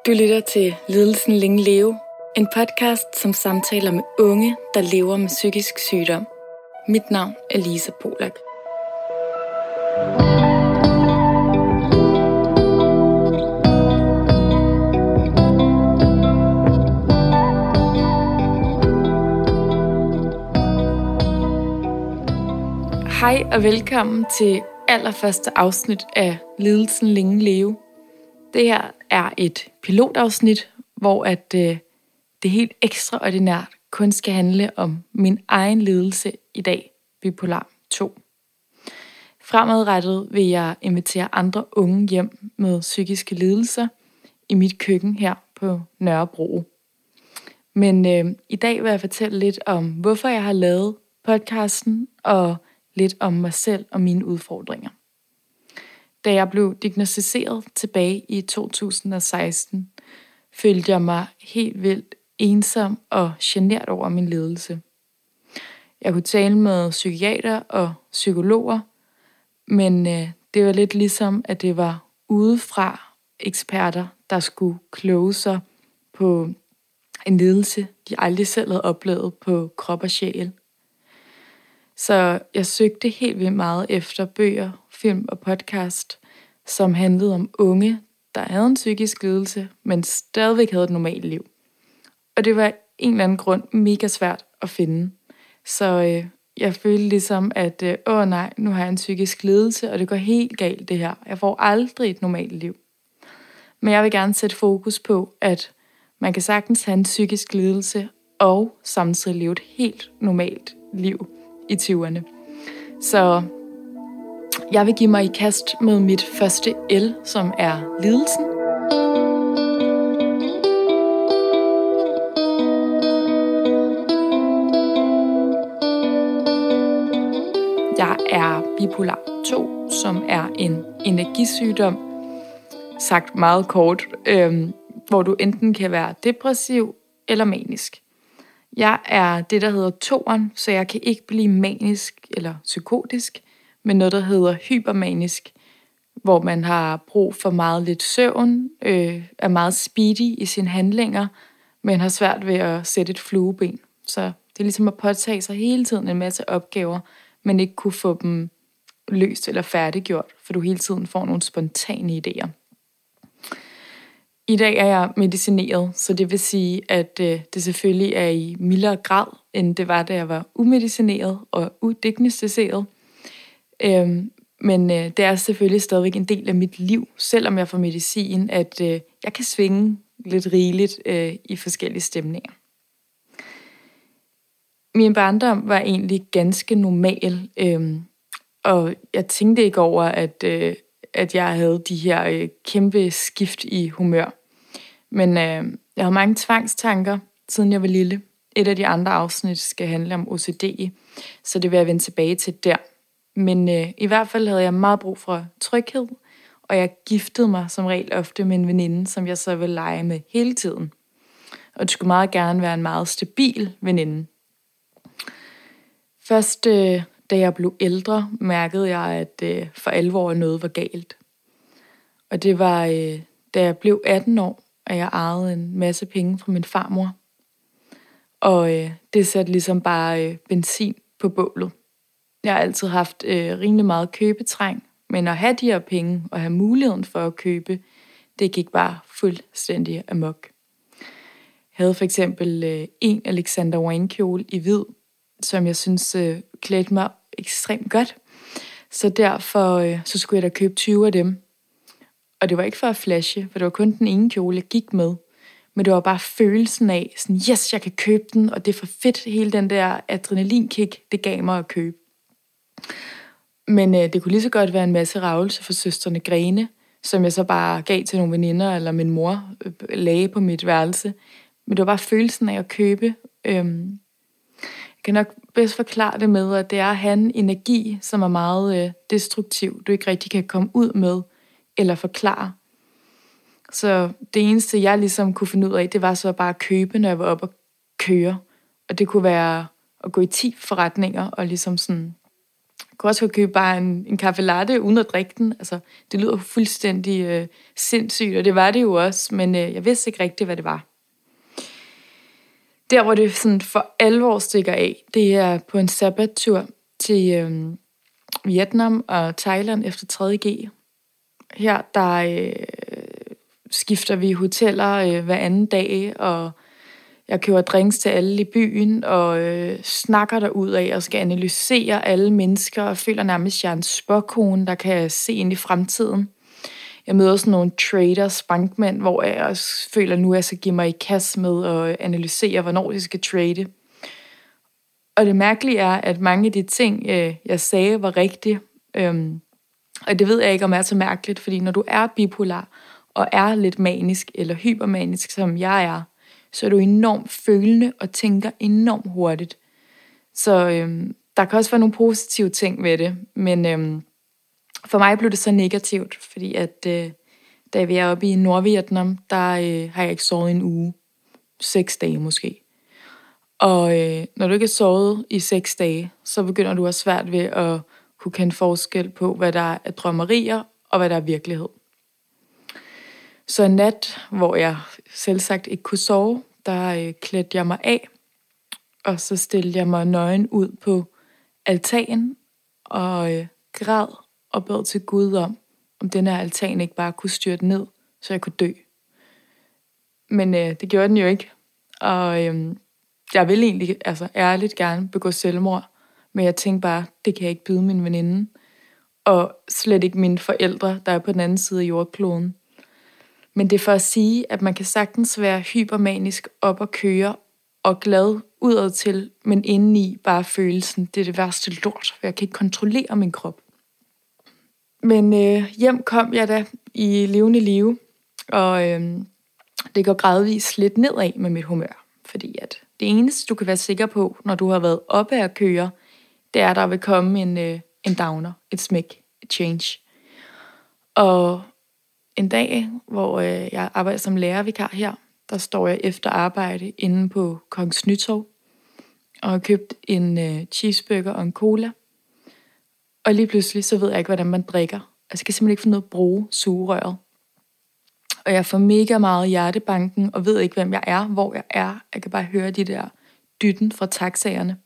Du lytter til Lidelsen Længe Leve, en podcast, som samtaler med unge, der lever med psykisk sygdom. Mit navn er Lisa Polak. Hej og velkommen til allerførste afsnit af Lidelsen Længe Leve. Det her er et pilotafsnit, hvor det helt ekstraordinært kun skal handle om min egen lidelse i dag, bipolar 2. Fremadrettet vil jeg invitere andre unge hjem med psykiske lidelser i mit køkken her på Nørrebro. Men i dag vil jeg fortælle lidt om, hvorfor jeg har lavet podcasten, og lidt om mig selv og mine udfordringer. Da jeg blev diagnosticeret tilbage i 2016, følte jeg mig helt vildt ensom og genert over min lidelse. Jeg kunne tale med psykiater og psykologer, men det var lidt ligesom, at det var udefra eksperter, der skulle kloge sig på en lidelse, de aldrig selv havde oplevet på krop og sjæl. Så jeg søgte helt vildt meget efter bøger, film og podcast, som handlede om unge, der havde en psykisk lidelse, men stadigvæk havde et normalt liv. Og det var en eller anden grund mega svært at finde. Så jeg følte ligesom, at nej, nu har jeg en psykisk lidelse, og det går helt galt det her. Jeg får aldrig et normalt liv. Men jeg vil gerne sætte fokus på, at man kan sagtens have en psykisk lidelse og samtidig leve et helt normalt liv i 20'erne. Så jeg vil give mig i kast med mit første L, som er lidelsen. Jeg er bipolar 2, som er en energisygdom, sagt meget kort, hvor du enten kan være depressiv eller manisk. Jeg er det, der hedder toeren, så jeg kan ikke blive manisk eller psykotisk, men noget, der hedder hypermanisk, hvor man har brug for meget lidt søvn, er meget speedy i sine handlinger, men har svært ved at sætte et flueben. Så det er ligesom at påtage sig hele tiden en masse opgaver, men ikke kunne få dem løst eller færdiggjort, for du hele tiden får nogle spontane idéer. I dag er jeg medicineret, så det vil sige, at det selvfølgelig er i mildere grad, end det var, da jeg var umedicineret og udiagnosticeret. Men det er selvfølgelig stadigvæk en del af mit liv, selvom jeg får medicin, at jeg kan svinge lidt rigeligt i forskellige stemninger. Min barndom var egentlig ganske normal, og jeg tænkte ikke over, at jeg havde de her kæmpe skift i humør. Men jeg havde mange tvangstanker, siden jeg var lille. Et af de andre afsnit skal handle om OCD, så det vil jeg vende tilbage til der. Men i hvert fald havde jeg meget brug for tryghed, og jeg giftede mig som regel ofte med en veninde, som jeg så ville lege med hele tiden. Og det skulle meget gerne være en meget stabil veninde. Først da jeg blev ældre, mærkede jeg, at for alvor noget var galt. Og det var, da jeg blev 18 år, og jeg ejede en masse penge fra min farmor. Og det satte ligesom bare benzin på bålet. Jeg har altid haft rimelig meget købetræng, men at have de her penge og have muligheden for at købe, det gik bare fuldstændig amok. Jeg havde for eksempel en Alexander Wang kjole i hvid, som jeg synes klædte mig ekstremt godt. Så derfor så skulle jeg da købe 20 af dem. Og det var ikke for at flashe, for det var kun den ene kjole, jeg gik med. Men det var bare følelsen af, sådan, yes, jeg kan købe den, og det er for fedt, hele den der adrenalinkick, det gav mig at købe. Men det kunne lige så godt være en masse ravelse for søstrene Grene, som jeg så bare gav til nogle veninder, eller min mor lagde på mit værelse. Men det var bare følelsen af at købe. Jeg kan nok bedst forklare det med, at det er at have en energi, som er meget destruktiv, du ikke rigtig kan komme ud med eller forklare. Så det eneste, jeg ligesom kunne finde ud af, det var så bare at købe, når jeg var oppe og køre. Og det kunne være at gå i 10 forretninger og ligesom sådan Jeg kunne også købe bare en kaffe latte uden at drikke den. Altså, det lyder fuldstændig sindssygt, og det var det jo også, men jeg vidste ikke rigtigt, hvad det var. Der, hvor det sådan for alvor stikker af, det er på en sabbattur til Vietnam og Thailand efter 3.G. Her, der skifter vi hoteller hver anden dag, og jeg køber drinks til alle i byen, og snakker derud af og skal analysere alle mennesker, og føler nærmest, at jeg er en spåkone, der kan se ind i fremtiden. Jeg møder sådan nogle traders, bankmænd, hvor jeg også føler nu, at jeg skal give mig i kast med at analysere, hvornår de skal trade. Og det mærkelige er, at mange af de ting, jeg sagde, var rigtige. Og det ved jeg ikke, om det er så mærkeligt, fordi når du er bipolar og er lidt manisk eller hypermanisk, som jeg er, så er du enormt følende og tænker enormt hurtigt. Så der kan også være nogle positive ting ved det, men for mig blev det så negativt, fordi at da vi er oppe i Nordvietnam, der har jeg ikke sovet en uge. 6 dage måske. Og når du ikke har sovet i 6 dage, så begynder du at have svært ved at kunne kende forskel på, hvad der er drømmerier og hvad der er virkelighed. Så en nat, hvor jeg selvsagt ikke kunne sove, der klædte jeg mig af, og så stillede jeg mig nøgen ud på altanen og græd og bad til Gud om den her altan ikke bare kunne styrte ned, så jeg kunne dø. Men det gjorde den jo ikke, og jeg ville egentlig ærligt gerne begå selvmord, men jeg tænkte bare, det kan jeg ikke byde min veninde, og slet ikke mine forældre, der er på den anden side af jordkloden. Men det er for at sige, at man kan sagtens være hypermanisk op og køre og glad udad til, men indeni bare følelsen, det er det værste lort, for jeg kan ikke kontrollere min krop. Men hjem kom jeg da i levende live, og det går gradvist lidt nedad med mit humør, fordi at det eneste, du kan være sikker på, når du har været oppe at køre, det er, at der vil komme en downer, et smæk, et change. Og en dag, hvor jeg arbejder som lærervikar her, der står jeg efter arbejde inde på Kongens Nytorv og har købt en cheeseburger og en cola. Og lige pludselig, så ved jeg ikke, hvordan man drikker. Altså, jeg kan simpelthen ikke finde noget at bruge sugerøret. Og jeg får mega meget hjertebanken og ved ikke, hvem jeg er, hvor jeg er. Jeg kan bare høre de der dytten fra taxaerne.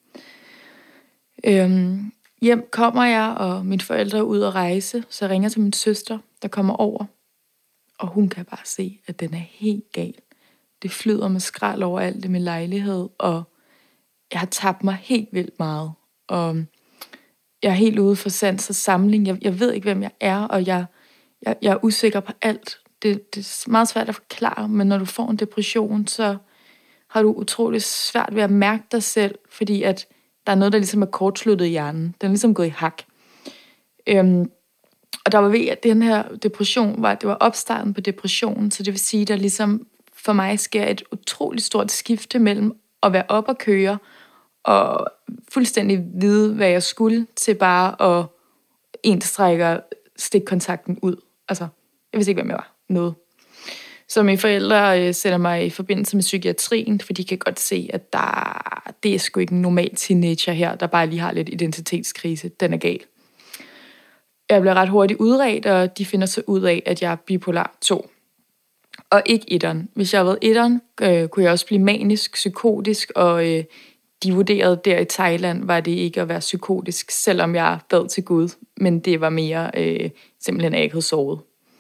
Hjem kommer jeg, og mine forældre er ude at rejse, så jeg ringer til min søster, der kommer over. Og hun kan bare se, at den er helt gal. Det flyder med skrald over alt i min lejlighed, og jeg har tabt mig helt vildt meget. Og jeg er helt ude for sans og samling. Jeg ved ikke, hvem jeg er, og jeg er usikker på alt. Det er meget svært at forklare, men når du får en depression, så har du utroligt svært ved at mærke dig selv, fordi at der er noget, der ligesom er kortsluttet i hjernen. Den er ligesom gået i hak. Og der var ved, at den her depression det var opstarten på depressionen, så det vil sige, at der ligesom for mig sker et utroligt stort skifte mellem at være op og køre, og fuldstændig vide, hvad jeg skulle, til bare at enstrække stikkontakten ud. Altså, jeg vidste ikke, hvem jeg var. Noget. Så mine forældre sætter mig i forbindelse med psykiatrien, for de kan godt se, at det er sgu ikke en normal teenager her, der bare lige har lidt identitetskrise. Den er gal. Jeg bliver ret hurtigt udredt, og de finder så ud af, at jeg er bipolar 2. Og ikke 1'eren. Hvis jeg havde været 1'eren, kunne jeg også blive manisk, psykotisk, og de vurderede der i Thailand, var det ikke at være psykotisk, selvom jeg bad til Gud. Men det var mere simpelthen, at jeg ikke havde sovet.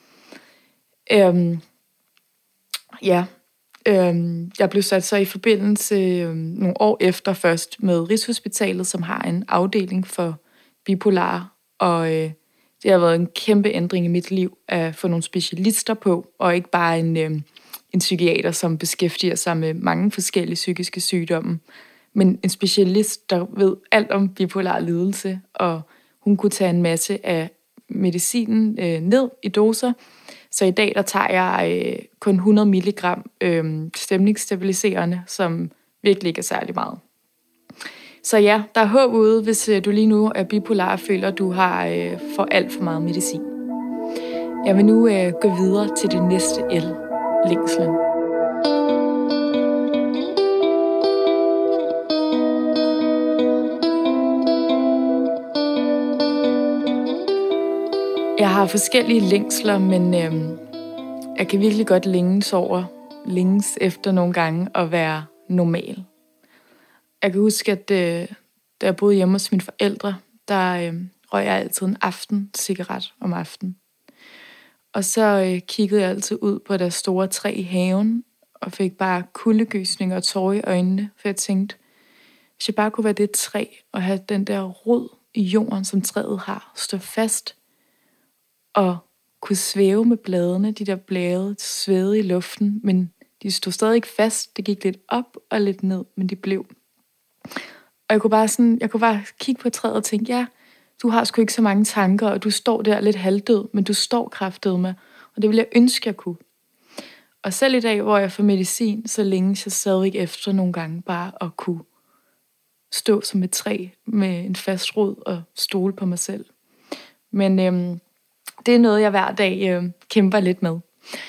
Jeg blev sat så i forbindelse nogle år efter først med Rigshospitalet, som har en afdeling for bipolar, og det har været en kæmpe ændring i mit liv at få nogle specialister på, og ikke bare en psykiater, som beskæftiger sig med mange forskellige psykiske sygdomme, men en specialist, der ved alt om bipolar lidelse, og hun kunne tage en masse af medicinen ned i doser. Så i dag, der tager jeg kun 100 milligram stemningsstabiliserende, som virkelig ikke er særlig meget. Så ja, der er håb ude, hvis du lige nu er bipolar og føler, at du har for alt for meget medicin. Jeg vil nu gå videre til det næste L, længslen. Jeg har forskellige længsler, men jeg kan virkelig godt længes efter nogle gange at være normal. Jeg kan huske, at da jeg boede hjemme hos mine forældre, der røg jeg altid en cigaret om aftenen. Og så kiggede jeg altid ud på deres store træ i haven, og fik bare kuldegysninger og tårer i øjnene, for jeg tænkte, hvis jeg bare kunne være det træ, og have den der rod i jorden, som træet har, stå fast, og kunne svæve med bladene, de der blade svævede i luften, men de stod stadig ikke fast, det gik lidt op og lidt ned, men de blev. Og jeg kunne bare kigge på træet og tænke, ja, du har sgu ikke så mange tanker, og du står der lidt halvdød, men du står kraftedeme, og det ville jeg ønske, jeg kunne. Og selv i dag, hvor jeg får medicin, så længe jeg stadig efter nogle gange bare at kunne stå som et træ med en fast rod og stole på mig selv. Men det er noget, jeg hver dag kæmper lidt med.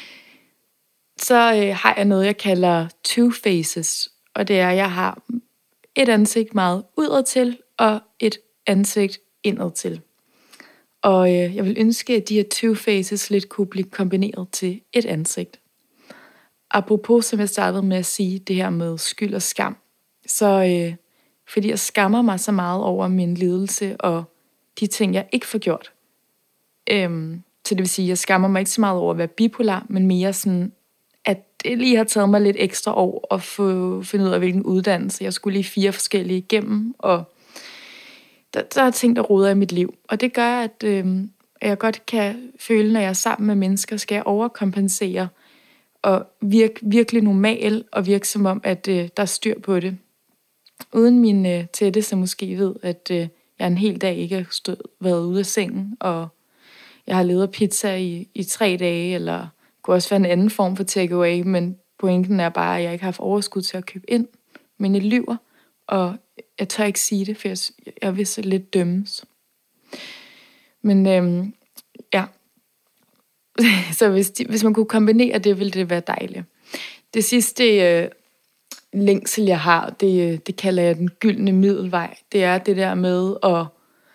Så har jeg noget, jeg kalder two faces, og det er, at jeg har et ansigt meget udadtil og et ansigt indadtil. Og jeg vil ønske, at de her two faces lidt kunne blive kombineret til et ansigt. Apropos, som jeg startede med at sige, det her med skyld og skam, så fordi jeg skammer mig så meget over min lidelse og de ting, jeg ikke får gjort. Så det vil sige, at jeg skammer mig ikke så meget over at være bipolar, men mere sådan, at det lige har taget mig lidt ekstra år at finde ud af, hvilken uddannelse jeg skulle lige 4 forskellige igennem, og der er ting, der roder i mit liv. Og det gør, at jeg godt kan føle, når jeg er sammen med mennesker, skal jeg overkompensere og virke virkelig normal, og virke som om, at der er styr på det. Uden min tætte, som måske ved, at jeg en hel dag ikke har været ude af sengen, og jeg har levet pizza i 3 dage, eller det kunne også være en anden form for takeaway, men pointen er bare, at jeg ikke har haft overskud til at købe ind. Men jeg lyver, og jeg tør ikke sige det, for jeg vil så lidt dømmes. Men ja, så hvis man kunne kombinere det, ville det være dejligt. Det sidste længsel, jeg har, det kalder jeg den gyldne middelvej. Det er det der med at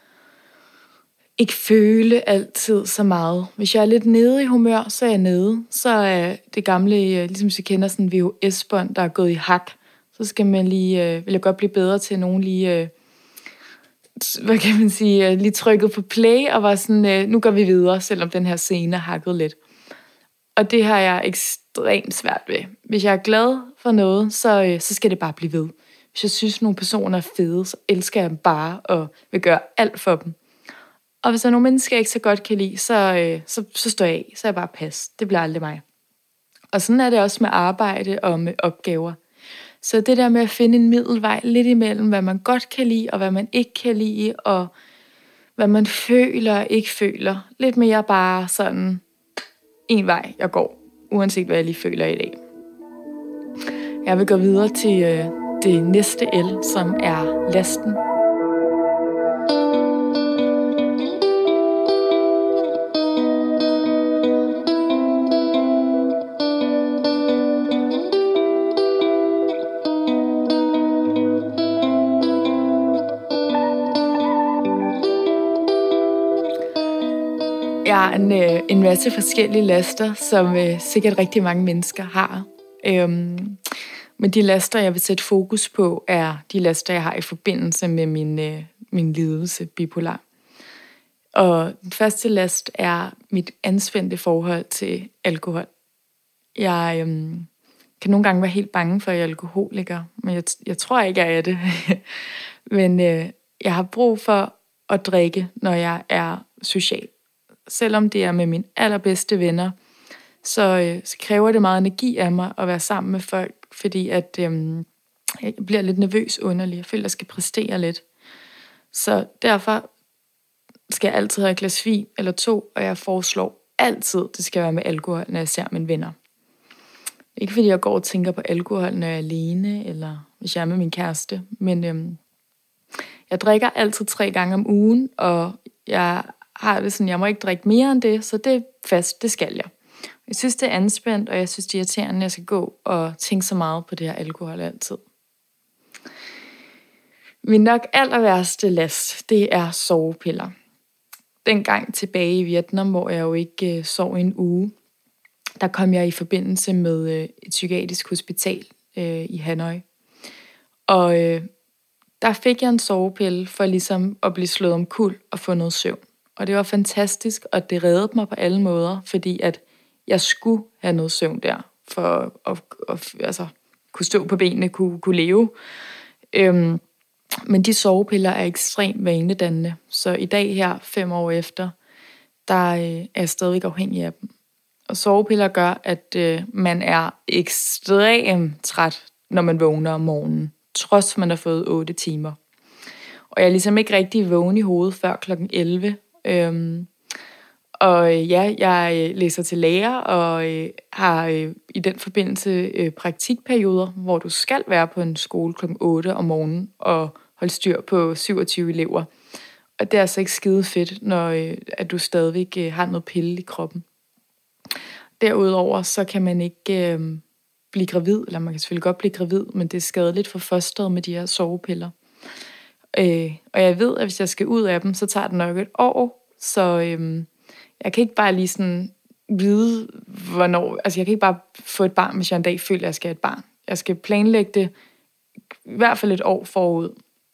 ikke føle altid så meget. Hvis jeg er lidt nede i humør, så er jeg nede. Så er det gamle, ligesom hvis jeg kender sådan en VHS-bånd, der er gået i hak, så skal man lige, vil jeg godt blive bedre til nogen lige, hvad kan man sige, lige trykket på play, og var sådan, nu går vi videre, selvom den her scene er hakket lidt. Og det har jeg ekstremt svært ved. Hvis jeg er glad for noget, så skal det bare blive ved. Hvis jeg synes, nogle personer er fede, så elsker jeg dem bare, og vil gøre alt for dem. Og hvis der er nogle mennesker, jeg ikke så godt kan lide, så står jeg af. Så er jeg bare pas. Det bliver aldrig mig. Og sådan er det også med arbejde og med opgaver. Så det der med at finde en middelvej lidt imellem, hvad man godt kan lide, og hvad man ikke kan lide, og hvad man føler og ikke føler. Lidt mere bare sådan en vej, jeg går, uanset hvad jeg lige føler i dag. Jeg vil gå videre til det næste L, som er lasten. Jeg har en masse forskellige laster, som sikkert rigtig mange mennesker har. Men de laster, jeg vil sætte fokus på, er de laster, jeg har i forbindelse med min lidelse, bipolar. Og den første last er mit anspændte forhold til alkohol. Jeg kan nogle gange være helt bange for, at jeg er alkoholiker, men jeg tror ikke, jeg er det. Men jeg har brug for at drikke, når jeg er social. Selvom det er med mine allerbedste venner, så kræver det meget energi af mig at være sammen med folk, fordi at jeg bliver lidt nervøs underlig. Jeg føler, at jeg skal præstere lidt. Så derfor skal jeg altid have et glas vin eller 2, og jeg foreslår altid, det skal være med alkohol, når jeg ser mine venner. Ikke fordi jeg går og tænker på alkohol, når jeg er alene, eller hvis jeg er med min kæreste, men jeg drikker altid 3 gange om ugen, og jeg har det sådan, jeg må ikke drikke mere end det, så det er fast, det skal jeg. Jeg synes, det er anspændt, og jeg synes, det er irriterende, at jeg skal gå og tænke så meget på det her alkohol altid. Min nok aller værste last, det er sovepiller. dengang tilbage i Vietnam, hvor jeg jo ikke sov en uge, der kom jeg i forbindelse med et psykiatrisk hospital i Hanoi. Og der fik jeg en sovepille for ligesom at blive slået omkuld og få noget søvn. Og det var fantastisk, og det reddede mig på alle måder, fordi at jeg skulle have noget søvn der, for at kunne stå på benene, kunne leve. Men de sovepiller er ekstremt vanedannende, så i dag her, 5 år efter, der er jeg stadig afhængig af dem. Og sovepiller gør, at man er ekstremt træt, når man vågner om morgenen, trods man har fået 8 timer. Og jeg er ligesom ikke rigtig vågen i hovedet før kl. 11. Jeg læser til lærer og har i den forbindelse praktikperioder, hvor du skal være på en skole kl. 8 om morgenen og holde styr på 27 elever. Og det er altså ikke skide fedt, når at du stadigvæk har noget pille i kroppen. Derudover så kan man ikke blive gravid, eller man kan selvfølgelig godt blive gravid, men det er skadeligt for fosteret med de her sovepiller. Og jeg ved, at hvis jeg skal ud af dem, så tager det nok et år, så jeg kan ikke bare lige sådan vide, hvornår. Altså jeg kan ikke bare få et barn, hvis jeg en dag føler, at jeg skal have et barn. Jeg skal planlægge det i hvert fald et år forud.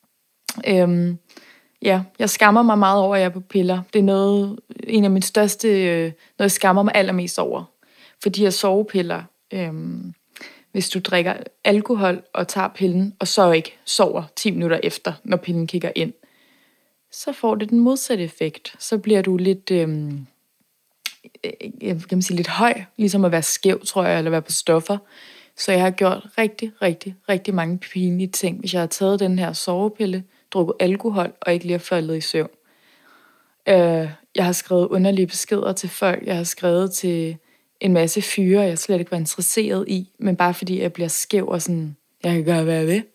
Jeg skammer mig meget over, at jeg er på piller. Det er en af mine største, noget jeg skammer mig allermest over. For de her sovepiller, hvis du drikker alkohol og tager pillen, og så ikke sover 10 minutter efter, når pillen kigger ind, så får det den modsatte effekt. Så bliver du lidt, lidt høj, ligesom at være skæv, tror jeg, eller være på stoffer. Så jeg har gjort rigtig, rigtig, rigtig mange pinlige ting, hvis jeg har taget den her sovepille, drukket alkohol og ikke lige har faldet i søvn. Jeg har skrevet underlige beskeder til folk. Jeg har skrevet til en masse fyre, jeg slet ikke var interesseret i, men bare fordi jeg bliver skæv og sådan, jeg kan gøre, hvad jeg vil.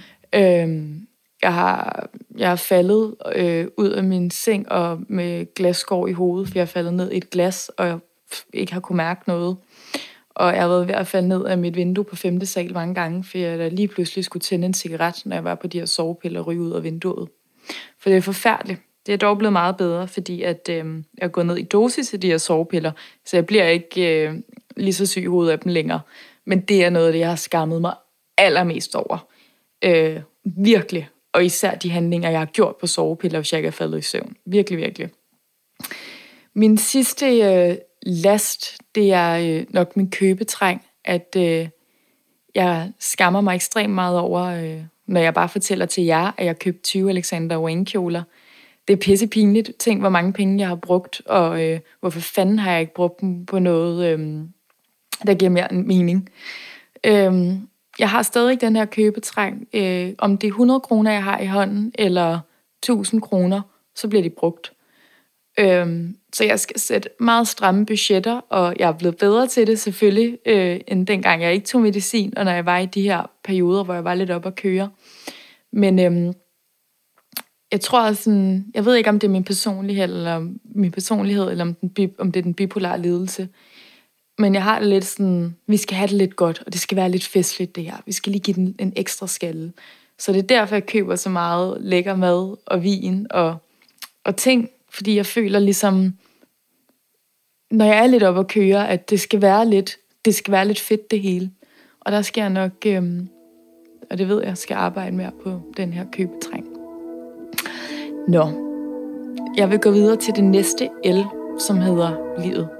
Jeg har faldet ud af min seng og med glasskår i hovedet, for jeg er faldet ned i et glas, og jeg ikke har kunne mærke noget. Og jeg har været ved at falde ned af mit vindue på 5. sal mange gange, for jeg da lige pludselig skulle tænde en cigaret, når jeg var på de her sovepiller og ryge ud af vinduet. For det er forfærdeligt. Det er dog blevet meget bedre, fordi at, jeg er gået ned i dosis af de her sovepiller, så jeg bliver ikke lige så syg i hovedet af dem længere. Men det er noget af det, jeg har skammet mig allermest over. Virkelig. Og især de handlinger, jeg har gjort på sovepiller, hvis jeg ikke er faldet i søvn. Virkelig, virkelig. Min sidste last, det er nok min købetræng, at jeg skammer mig ekstremt meget over, når jeg bare fortæller til jer, at jeg købte 20 Alexander Wang kjoler. Det er pissepinligt. Tænk, hvor mange penge jeg har brugt, og hvorfor fanden har jeg ikke brugt dem på noget, der giver mere mening. Jeg har stadig den her købetræng. Om det er 100 kroner, jeg har i hånden, eller 1000 kroner, så bliver de brugt. Så jeg skal sætte meget stramme budgetter, og jeg er blevet bedre til det selvfølgelig, end dengang jeg ikke tog medicin, og når jeg var i de her perioder, hvor jeg var lidt op at køre. Men jeg tror sådan, jeg ved ikke, om det er min personlighed, eller om det er den bipolare lidelse. Men jeg har det lidt sådan, vi skal have det lidt godt, og det skal være lidt festligt det her. Vi skal lige give den en ekstra skalle. Så det er derfor, jeg køber så meget lækker mad og vin og ting, fordi jeg føler ligesom, når jeg er lidt oppe at køre, at det skal være lidt fedt det hele. Og der skal jeg nok, og det ved jeg, skal arbejde mere på den her købetræng. Nå, jeg vil gå videre til det næste L, som hedder livet.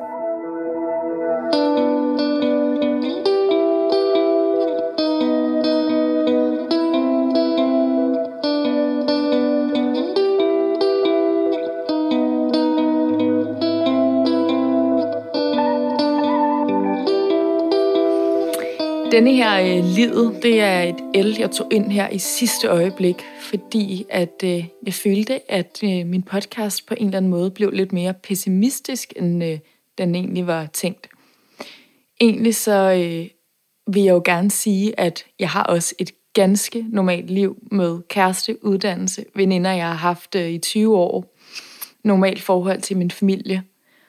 Denne her livet, det er et L, jeg tog ind her i sidste øjeblik, fordi at jeg følte, at min podcast på en eller anden måde blev lidt mere pessimistisk, end den egentlig var tænkt. Egentlig så vil jeg jo gerne sige, at jeg har også et ganske normalt liv med kæreste, uddannelse, veninder, jeg har haft i 20 år, normalt forhold til min familie,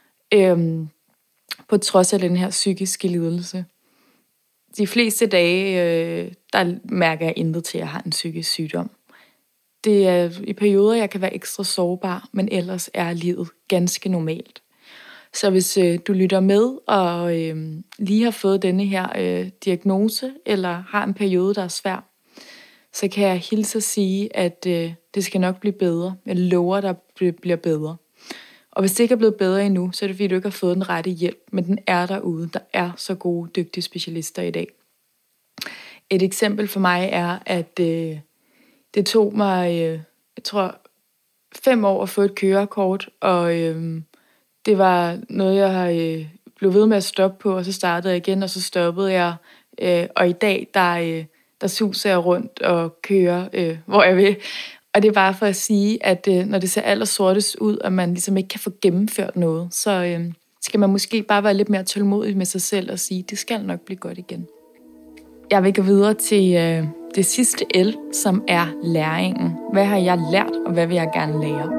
på trods af den her psykiske lidelse. De fleste dage, der mærker jeg intet til, at jeg har en psykisk sygdom. det er i perioder, jeg kan være ekstra sårbar, men ellers er livet ganske normalt. Så hvis du lytter med og lige har fået denne her diagnose, eller har en periode, der er svær, så kan jeg hilse at sige, at det skal nok blive bedre. Jeg lover dig, at det bliver bedre. Og hvis det ikke er blevet bedre endnu, så er det fordi, du ikke har fået den rette hjælp, men den er derude. Der er så gode, dygtige specialister i dag. Et eksempel for mig er, at det tog mig, jeg tror, 5 år at få et kørekort, og det var noget, jeg blev ved med at stoppe på, og så startede jeg igen, og så stoppede jeg. Og i dag, der suser jeg rundt og kører, hvor jeg vil. Og det er bare for at sige, at når det ser allersortest ud, og man ligesom ikke kan få gennemført noget, så skal man måske bare være lidt mere tålmodig med sig selv og sige, det skal nok blive godt igen. Jeg vil gå videre til det sidste L, som er læringen. Hvad har jeg lært, og hvad vil jeg gerne lære?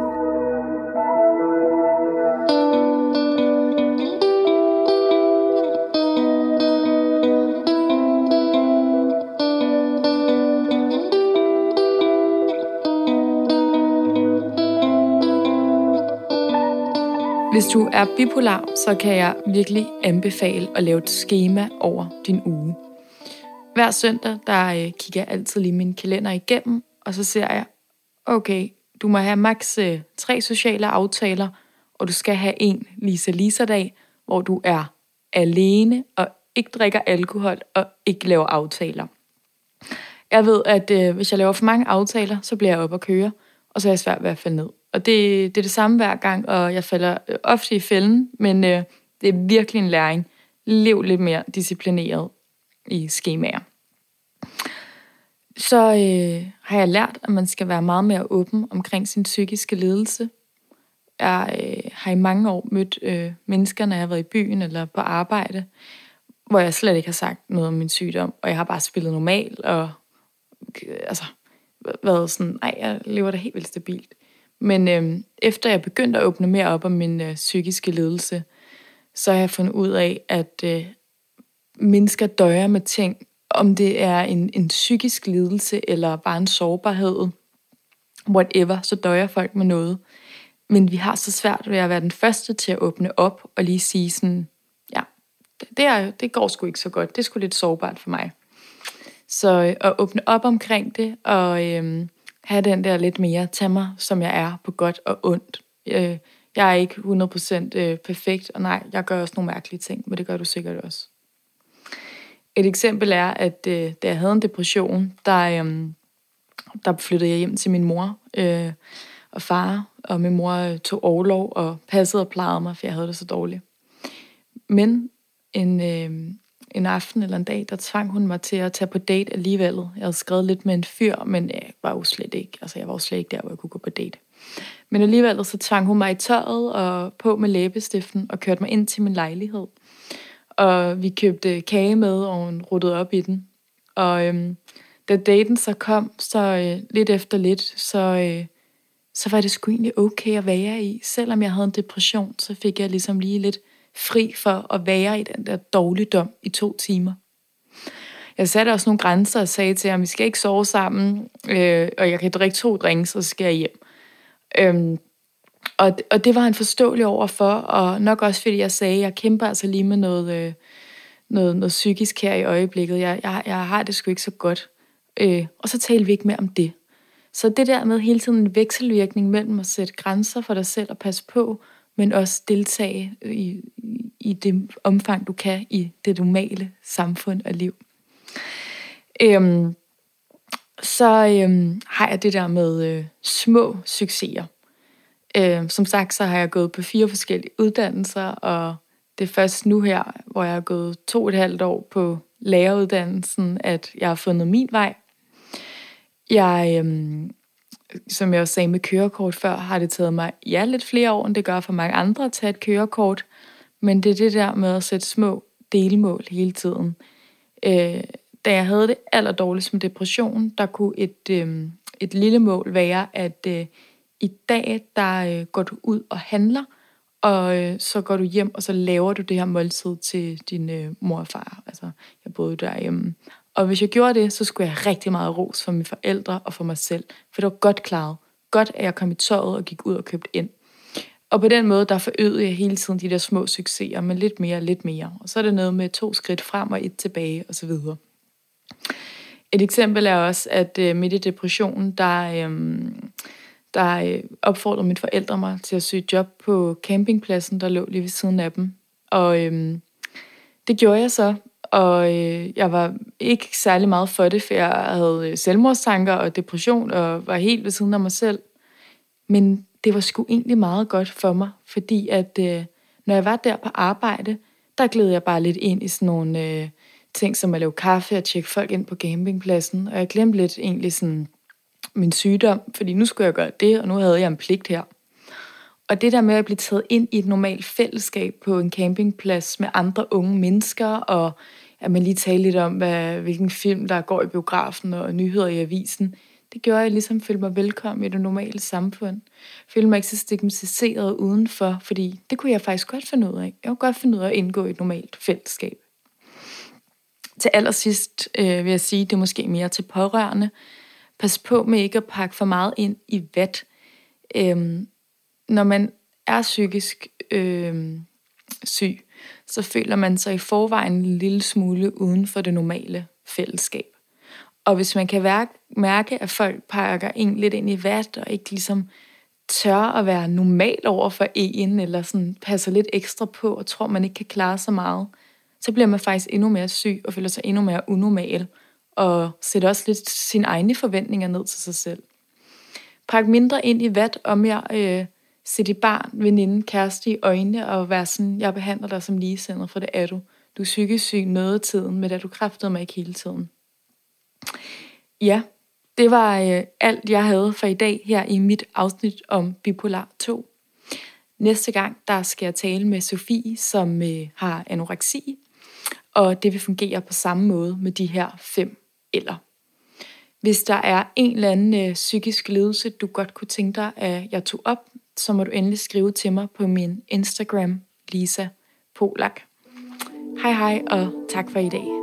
Hvis du er bipolar, så kan jeg virkelig anbefale at lave et skema over din uge. Hver søndag, der kigger jeg altid lige min kalender igennem, og så ser jeg, okay, du må have maks 3 sociale aftaler, og du skal have en Lisa-dag, hvor du er alene og ikke drikker alkohol og ikke laver aftaler. Jeg ved, at hvis jeg laver for mange aftaler, så bliver jeg op at køre, og så er jeg svært ved at falde ned. Og det er det samme hver gang, og jeg falder ofte i fælden, men det er virkelig en læring. Lev lidt mere disciplineret i skemaer. Så har jeg lært, at man skal være meget mere åben omkring sin psykiske lidelse. Jeg har i mange år mødt mennesker, når jeg har været i byen eller på arbejde, hvor jeg slet ikke har sagt noget om min sygdom, og jeg har bare spillet normalt, og været sådan, nej, jeg lever da helt vildt stabilt. Men efter jeg begyndte at åbne mere op om min psykiske lidelse, så har jeg fundet ud af, at mennesker døjer med ting, om det er en psykisk lidelse eller bare en sårbarhed, whatever, så døjer folk med noget. Men vi har så svært ved at være den første til at åbne op og lige sige sådan, ja, det går sgu ikke så godt, det er sgu lidt sårbart for mig. Så at åbne op omkring det og have den der lidt mere, tag mig som jeg er på godt og ondt. Jeg er ikke 100% perfekt, og nej, jeg gør også nogle mærkelige ting, men det gør du sikkert også. Et eksempel er, at da jeg havde en depression, der flyttede jeg hjem til min mor og far, og min mor tog orlov og passede og plejede mig, for jeg havde det så dårligt. Men en aften eller en dag, der tvang hun mig til at tage på date alligevel. Jeg havde skrevet lidt med en fyr, men jeg var jo slet ikke, jeg var jo slet ikke der, hvor jeg kunne gå på date. Men alligevel så tvang hun mig i tøjet og på med læbestiften og kørte mig ind til min lejlighed. Og vi købte kage med, og hun ruttede op i den. Og da daten så kom, så lidt efter lidt, så var det sgu egentlig okay at være i. Selvom jeg havde en depression, så fik jeg ligesom lige lidt fri for at være i den der dårligdom i 2 timer. Jeg satte også nogle grænser og sagde til ham, vi skal ikke sove sammen, og jeg kan drikke 2 drinks, og så skal jeg hjem. Og det var han forståelig overfor, og nok også fordi jeg sagde, jeg kæmper altså lige med noget psykisk her i øjeblikket. Jeg har det sgu ikke så godt. Og så talte vi ikke mere om det. Så det der med hele tiden en vekselvirkning mellem at sætte grænser for dig selv og passe på, men også deltage i det omfang, du kan i det normale samfund og liv. Så har jeg det der med små succeser. Som sagt, så har jeg gået på 4 forskellige uddannelser, og det er først nu her, hvor jeg har gået 2,5 år på læreruddannelsen, at jeg har fundet min vej. Jeg, som jeg også sagde med kørekort før, har det taget mig lidt flere år, end det gør for mange andre at tage et kørekort, men det er det der med at sætte små delmål hele tiden. Da jeg havde det allerdårligst med depression, der kunne et lille mål være, at i dag, der går du ud og handler, og så går du hjem, og så laver du det her måltid til din mor og far. Altså, jeg boede derhjemme. Og hvis jeg gjorde det, så skulle jeg have rigtig meget ros for mine forældre og for mig selv. For det var godt klaret. Godt, at jeg kom i tøjet og gik ud og købte ind. Og på den måde, der forøgede jeg hele tiden de der små succeser med lidt mere og lidt mere. Og så er det noget med 2 skridt frem og 1 tilbage osv. Et eksempel er også, at midt i depressionen, der opfordrede mine forældre mig til at søge job på campingpladsen, der lå lige ved siden af dem. Og det gjorde jeg så, og jeg var ikke særlig meget for det, for jeg havde selvmordstanker og depression og var helt ved siden af mig selv. Men det var sgu egentlig meget godt for mig, fordi at når jeg var der på arbejde, der gled jeg bare lidt ind i sådan nogle ting som at lave kaffe og tjekke folk ind på campingpladsen. Og jeg glemte lidt egentlig sådan min sygdom, fordi nu skulle jeg gøre det, og nu havde jeg en pligt her. Og det der med at blive taget ind i et normalt fællesskab på en campingplads med andre unge mennesker, og at man lige talte lidt om, hvilken film der går i biografen og nyheder i avisen, det gjorde, at jeg ligesom følte mig velkommen i det normale samfund. Følte mig ikke så stigmatiseret udenfor, fordi det kunne jeg faktisk godt finde ud af. Jeg kunne godt finde ud af at indgå i et normalt fællesskab. Til allersidst vil jeg sige, det er måske mere til pårørende. Pas på med ikke at pakke for meget ind i vat. Når man er psykisk syg, så føler man sig i forvejen en lille smule uden for det normale fællesskab. Og hvis man kan mærke, at folk pakker en lidt ind i vat, og ikke ligesom tør at være normal over for en, eller sådan passer lidt ekstra på, og tror, man ikke kan klare så meget, så bliver man faktisk endnu mere syg, og føler sig endnu mere unormal, og sætter også lidt sine egne forventninger ned til sig selv. Pak mindre ind i vat, om jeg se dit barn, veninde, kæreste i øjnene, og være sådan, jeg behandler dig som ligesindet, for det er du. Du er psykisk syg noget af tiden, men du kræftede mig ikke hele tiden. Ja, det var alt, jeg havde for i dag her i mit afsnit om bipolar 2. Næste gang, der skal jeg tale med Sofie, som har anoreksi, og det vil fungere på samme måde med de her 5 eller. Hvis der er en eller anden psykisk lidelse, du godt kunne tænke dig, at jeg tog op, så må du endelig skrive til mig på min Instagram, Lisa Polak. Hej hej, og tak for i dag.